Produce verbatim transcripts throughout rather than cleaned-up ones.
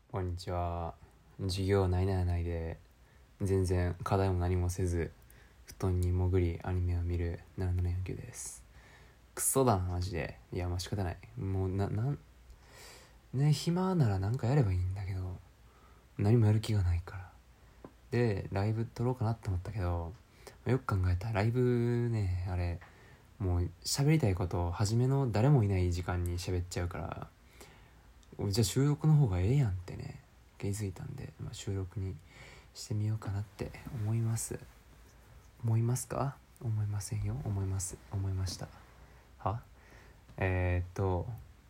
こんにちは。授業ないないないで全然課題も何もせず布団に潜りアニメを見るなななよんきゅうです。クソだなマジで。いやまあ仕方ない。もうななんね暇ならなんかやればいいんだけど何もやる気がないから。でライブ撮ろうかなって思ったけどよく考えたらライブねあれもう喋りたいことを初めの誰もいない時間に喋っちゃうからじゃあ収録の方がええやんってね気づいたんで、まあ、収録にしてみようかなって思います思いますか思いませんよ思います思いましたはえー、っと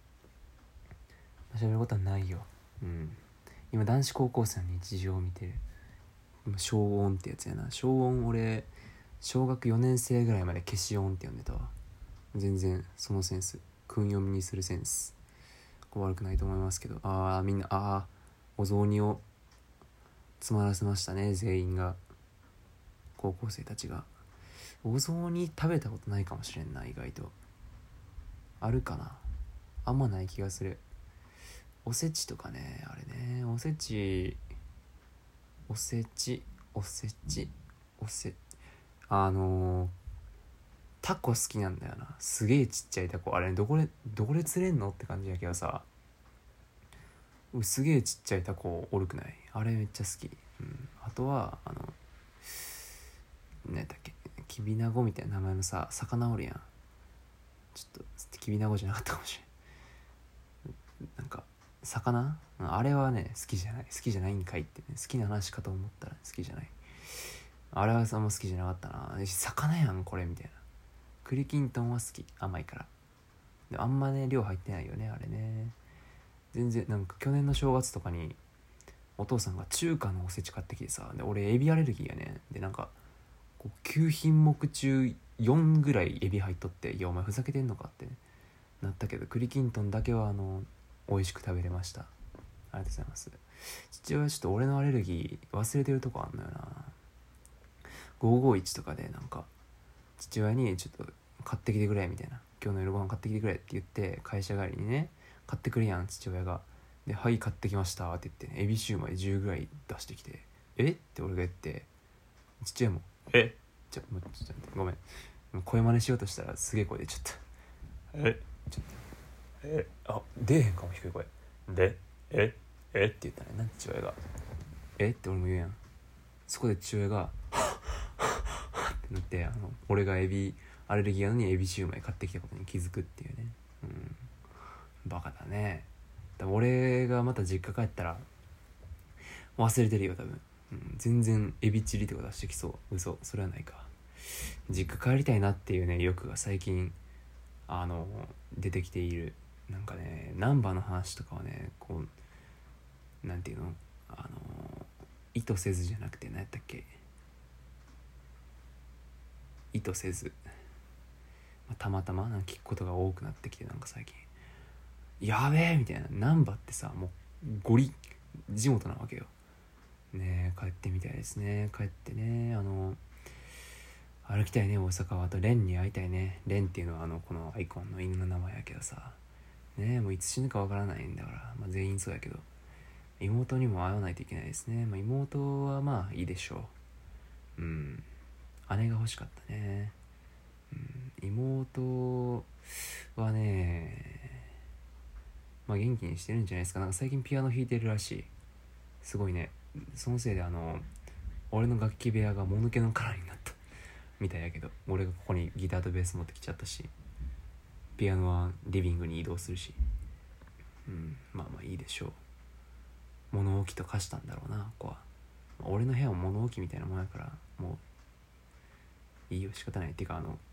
喋ることはないよ。うん今男子高校生の日常を見てる。小音ってやつやな。小音俺小学よねん生ぐらいまで消し音って呼んでたわ。全然そのセンス訓読みにするセンス悪くないと思いますけど、ああみんなああお雑煮を詰まらせましたね全員が。高校生たちがお雑煮食べたことないかもしれんな。意外とあるかな。あんまない気がする。おせちとかねあれねおせちおせちおせちおせあのー、タコ好きなんだよな。すげえちっちゃいタコあれどこでどこで釣れんのって感じやけどさ、すげえちっちゃいタコおるくない？あれめっちゃ好き。うん、あとはあの何だっけキビナゴみたいな名前のさ魚おるやん。ちょっとキビナゴじゃなかったかもしれん。なんか魚あれはね好きじゃない好きじゃないんかいって、ね、好きな話かと思ったら好きじゃない。あれはあんま好きじゃなかったな。魚やんこれみたいな。栗きんとんは好き甘いから。であんまね量入ってないよねあれね。全然なんか去年の正月とかにお父さんが中華のおせち買ってきてさ、で俺エビアレルギーやね。でなんかこうきゅうひんもく中よんぐらいエビ入っとって、いやお前ふざけてんのかってなったけど栗きんとんだけはあの美味しく食べれました。ありがとうございます。父親ちょっと俺のアレルギー忘れてるとこあんのよな。ごーごーいちとかでなんか父親にちょっと買ってきてくれみたいな、今日の夜ご飯買ってきてくれって言って会社帰りにね買ってくれやん父親が。ではい買ってきましたって言って、ね、エビシューマイじゅうぐらい出してきてえって俺が言って父親もえちょもうちょっと待ってごめん声真似しようとしたらすげえ声出ちゃった。えちょっとえあ出えへんかも低い声でええって言ったねな父親が。えって俺も言うやん。そこで父親がってなってあの俺がエビアレルギーなのにエビシューマイ買ってきたことに気づくっていうね。うんバカだね。だから俺がまた実家帰ったら忘れてるよ多分、うん、全然エビチリとか出してきそう。嘘それはないか。実家帰りたいなっていうね欲が最近あの出てきている。なんかね難波の話とかはねこうなんていうのあの意図せずじゃなくて何やったっけ意図せず、まあ、たまたまなんか聞くことが多くなってきて、なんか最近やべえみたいな。難波ってさもうゴリ地元なわけよね。帰ってみたいですね。帰ってねあの歩きたいね大阪は。あとレンに会いたいね。レンっていうのはあのこのアイコンの犬の名前やけどさね、もういつ死ぬかわからないんだから、まあ、全員そうやけど妹にも会わないといけないですね。まあ、妹はまあいいでしょう。うん姉が欲しかったね。うん、妹はねまあ元気にしてるんじゃないですか。なんか最近ピアノ弾いてるらしい。すごいね。そのせいであの俺の楽器部屋がもぬけの殻になったみたいやけど、俺がここにギターとベース持ってきちゃったしピアノはリビングに移動するし、うんまあまあいいでしょう。物置と化したんだろうなここは。俺の部屋も物置みたいなもんやからもういいよ仕方ない。っていうかあの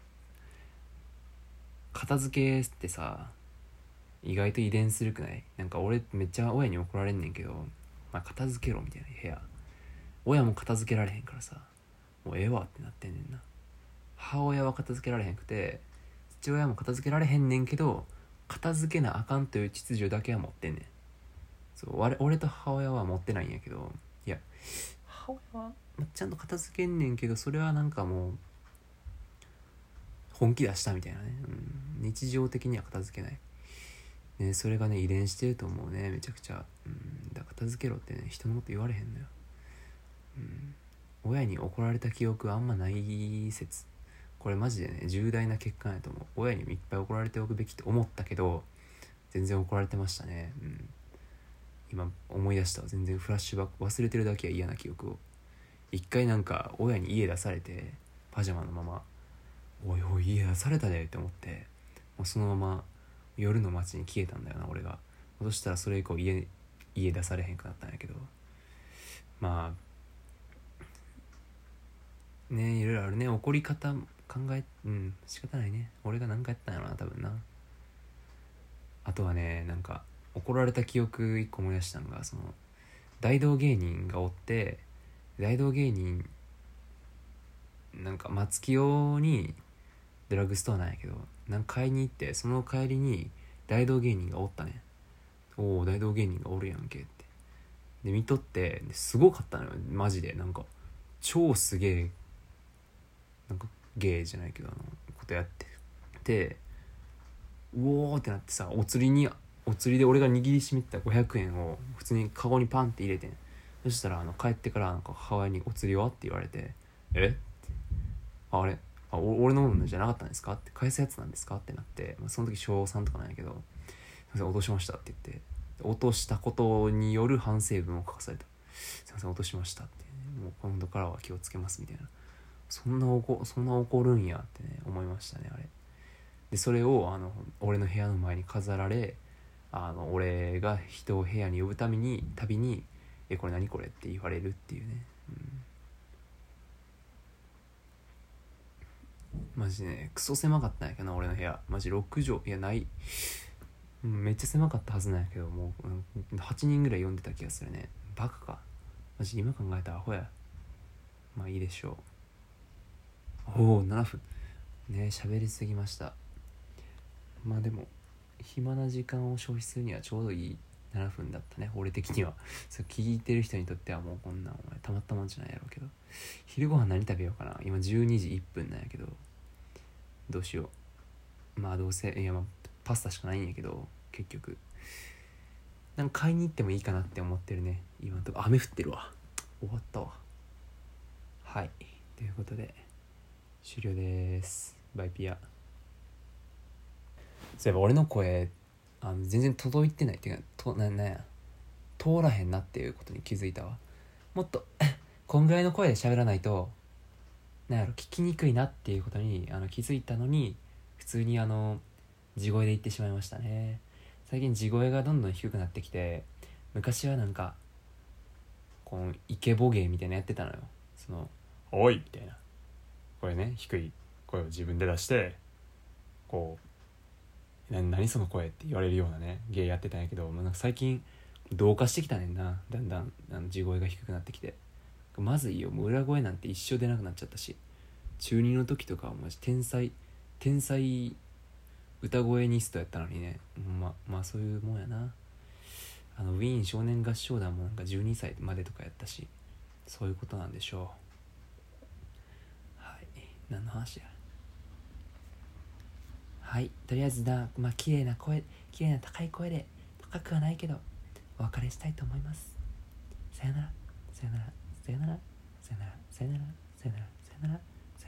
片付けってさ意外と遺伝するくない？なんか俺めっちゃ親に怒られんねんけど、まあ、片付けろみたいな部屋。親も片付けられへんからさもうええわってなってんねんな。母親は片付けられへんくて父親も片付けられへんねんけど片付けなあかんという秩序だけは持ってんねん。そう俺と母親は持ってないんやけど、いや母親はちゃんと片付けんねんけどそれはなんかもう本気出したみたいなね、うん、日常的には片付けない、ね、それがね遺伝してると思うねめちゃくちゃ、うん、だか片付けろってね人のこと言われへんのよ。うん親に怒られた記憶あんまない説。これマジでね重大な欠陥やと思う。親にいっぱい怒られておくべきって思ったけど全然怒られてましたね。うん今思い出したわ。全然フラッシュバック忘れてるだけは嫌な記憶を。一回なんか親に家出されてパジャマのままおいおい家出されたでって思ってもうそのまま夜の街に消えたんだよな俺が。そしたらそれ以降家家出されへんくなったんやけどまあねいろいろあるね。怒り方考えうん仕方ないね。俺が何かやったんやろな多分な。あとはねなんか怒られた記憶一個思い出したのがその大道芸人がおって大道芸人なんか松清にドラッグストアなんやけどなんか買いに行ってその帰りに大道芸人がおったね。おお大道芸人がおるやんけってで見とってすごかったのよマジで。なんか超すげえなんかゲーじゃないけどあのことやっててうおーってなってさお釣りにお釣りで俺が握りしめてたごひゃくえんを普通にカゴにパンって入れてん。そしたらあの帰ってからなんか母親にお釣りはって言われてえってああれあお俺のものじゃなかったんですかって返すやつなんですかってなって、まあ、その時小さんとかなんやけどすいません落としましたって言って落としたことによる反省文を書かされた。すいません落としましたって、ね、もう今度からは気をつけますみたいな。そんな怒そんな怒るんやってね思いましたねあれで。それをあの俺の部屋の前に飾られあの俺が人を部屋に呼ぶたびにたびにえこれ何これって言われるっていうね、うん、マジねクソ狭かったんやけどな俺の部屋マジろく畳いやない、うん、めっちゃ狭かったはずなんやけどもう、うん、はちにんぐらい呼んでた気がするね。バカかマジ今考えたらアホや。まあいいでしょう。おおななふんね喋りすぎました。まあでも暇な時間を消費するにはちょうどいいななふんだったね俺的には。それ聞いてる人にとってはもうこんなんお前たまったもんじゃないやろうけど昼ご飯何食べようかな。今じゅうにじいっぷんなんやけどどうしよう。まあどうせいやまあパスタしかないんやけど結局なんか買いに行ってもいいかなって思ってるね今のとこ。雨降ってるわ終わったわ。はいということで終了です。バイピア。そういえば俺の声あの全然届いてないっていうかとななんや通らへんなっていうことに気づいたわ。もっとこんぐらいの声で喋らないとなんやろ聞きにくいなっていうことにあの気づいたのに普通にあの地声で言ってしまいましたね。最近地声がどんどん低くなってきて昔はなんかこのイケボ芸みたいなやってたのよ。そのおいみたいなこれね低い声を自分で出してこうな何その声って言われるようなね芸やってたんやけどなんか最近同化してきたねんな。だんだんあの地声が低くなってきてまずいよもう裏声なんて一生出なくなっちゃったし中にの時とかはマジ天才天才歌声ニストやったのにね。ままあそういうもんやな。あのウィーン少年合唱団もなんかじゅうにさいまでとかやったしそういうことなんでしょう。はい何の話や。はいとりあえずなまあ綺麗な声綺麗な高い声で高くはないけどお別れしたいと思います。さよならさよならさよならさよならさよならさよならさよなら。